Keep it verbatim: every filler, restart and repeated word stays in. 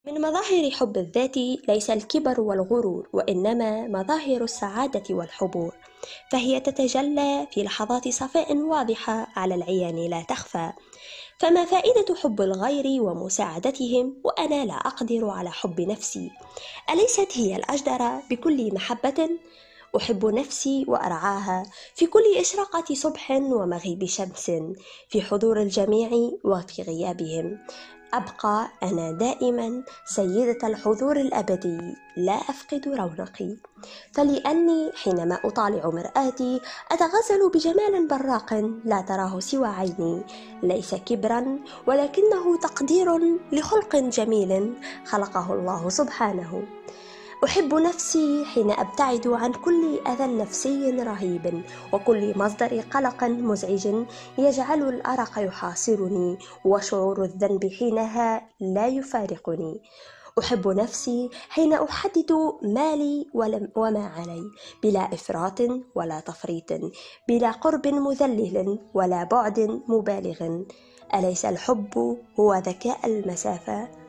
من مظاهر حب الذات ليس الكبر والغرور، وإنما مظاهر السعادة والحبور، فهي تتجلى في لحظات صفاء واضحة على العيان لا تخفى. فما فائدة حب الغير ومساعدتهم وأنا لا أقدر على حب نفسي؟ أليست هي الأجدر بكل محبة؟ أحب نفسي وأرعاها في كل إشراقة صبح ومغيب شمس، في حضور الجميع وفي غيابهم. أبقى أنا دائما سيدة الحضور الأبدي، لا أفقد رونقي، فلأني حينما أطالع مرآتي أتغزل بجمال براق لا تراه سوى عيني، ليس كبرا ولكنه تقدير لخلق جميل خلقه الله سبحانه. أحب نفسي حين أبتعد عن كل أذى نفسي رهيب وكل مصدر قلق مزعج يجعل الأرق يحاصرني، وشعور الذنب حينها لا يفارقني. أحب نفسي حين أحدد ما لي ولم وما علي، بلا إفراط ولا تفريط، بلا قرب مذلل ولا بعد مبالغ. أليس الحب هو ذكاء المسافة؟